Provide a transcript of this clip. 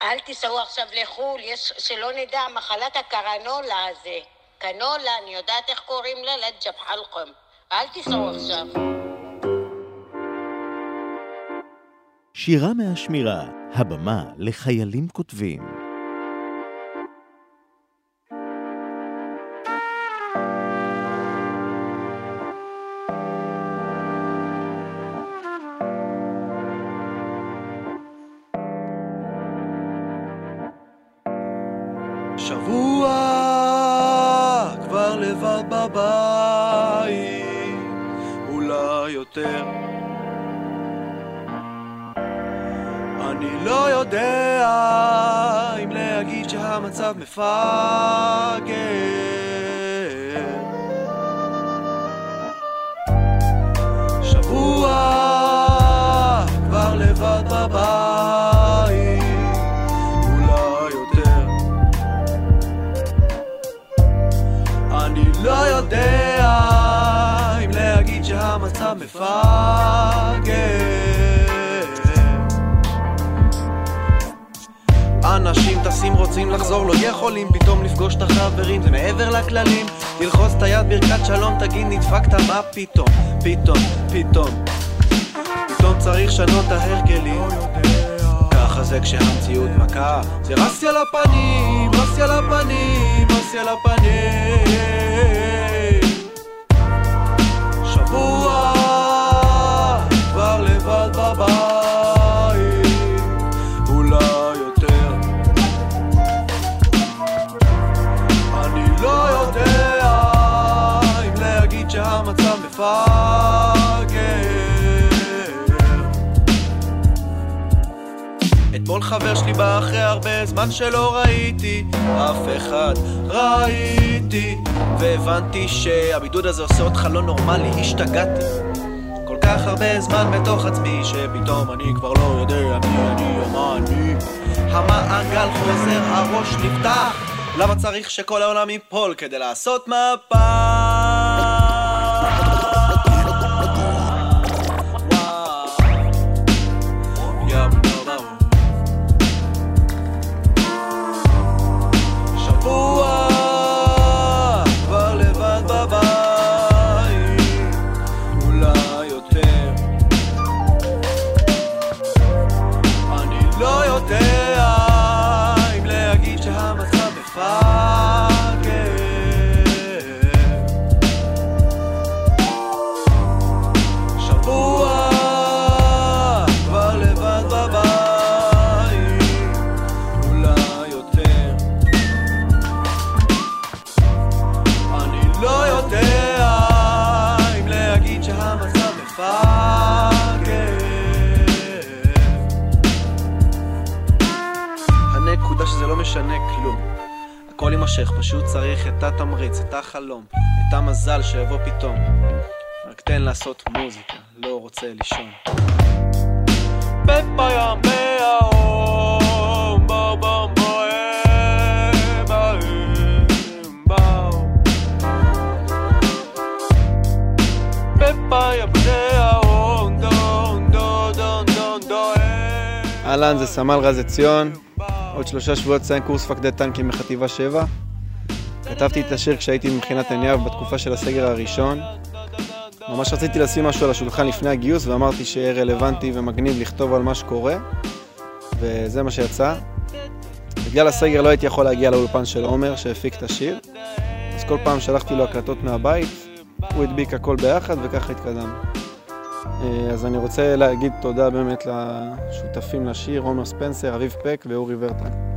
אל תיסעו עכשיו לחול, שלא נדע מחלת הקרנולה הזה. קנולה, אני יודעת איך קוראים לה, לג'ב חלקום. אל תיסעו עכשיו. שירה מהשמירה, הבמה לחיילים כותבים. שבוע כבר לבד בבית, אולי יותר. אני לא יודע אם להגיד שהמצב מפגר. שבוע כבר לבד בבית, אולי יותר. אני לא יודע אם להגיד שהמצב מפגר. אנשים טסים רוצים לחזור, לא יכולים פתאום לפגוש את החברים, זה מעבר לכללים. תלחוץ את היד ברכת שלום, תגיד נדפקת, מה פתאום? פתאום צריך שנות ההרגלים. ככה זה כשהמציאות מכה, זה רסי על הפנים, רסי על הפנים, רסי על הפנים. שבוע כבר לבד בבית, אולי יותר. אני לא יודע אם להגיד שהמצב מפגר. אתמול חבר שלי בא אחרי הרבה זמן שלא ראיתי אף אחד, ראיתי והבנתי שהבידוד הזה עושה אותך לא נורמלי. השתגעתי כל כך הרבה זמן בתוך עצמי שפתאום אני כבר לא יודע מה אני. המעגל חוזר, הראש נפתח, למה צריך שכל העולם ייפול כדי לעשות מפה? שזה לא משנה כלום, הכל יימשך, פשוט צריך את התמריץ, את החלום, את המזל שיבוא פתאום. רק תן לעשות מוזיקה, לא רוצה לישון. בפיום ביום באו באו בוהם באו בפיום ביום דון דון דון דון דון. אהלן, זה סמל רז ציון. עוד 3 שבועות ציין קורס מפקדי טנקים בחטיבה 7. כתבתי את השיר כשהייתי במכינת עין בתקופה של הסגר הראשון. ממש רציתי לשים משהו על השולחן לפני הגיוס, ואמרתי שיהיה רלוונטי ומגניב לכתוב על מה שקורה, וזה מה שיצא. בגלל הסגר לא הייתי יכול להגיע לאולפן של עומר שהפיק את השיר, אז כל פעם שלחתי לו הקלטות מהבית, הוא הדביק הכל ביחד וככה התקדם. אז אני רוצה להגיד תודה באמת לשותפים לשיר, עומר ספנסר, אביב פק ואורי ורטה.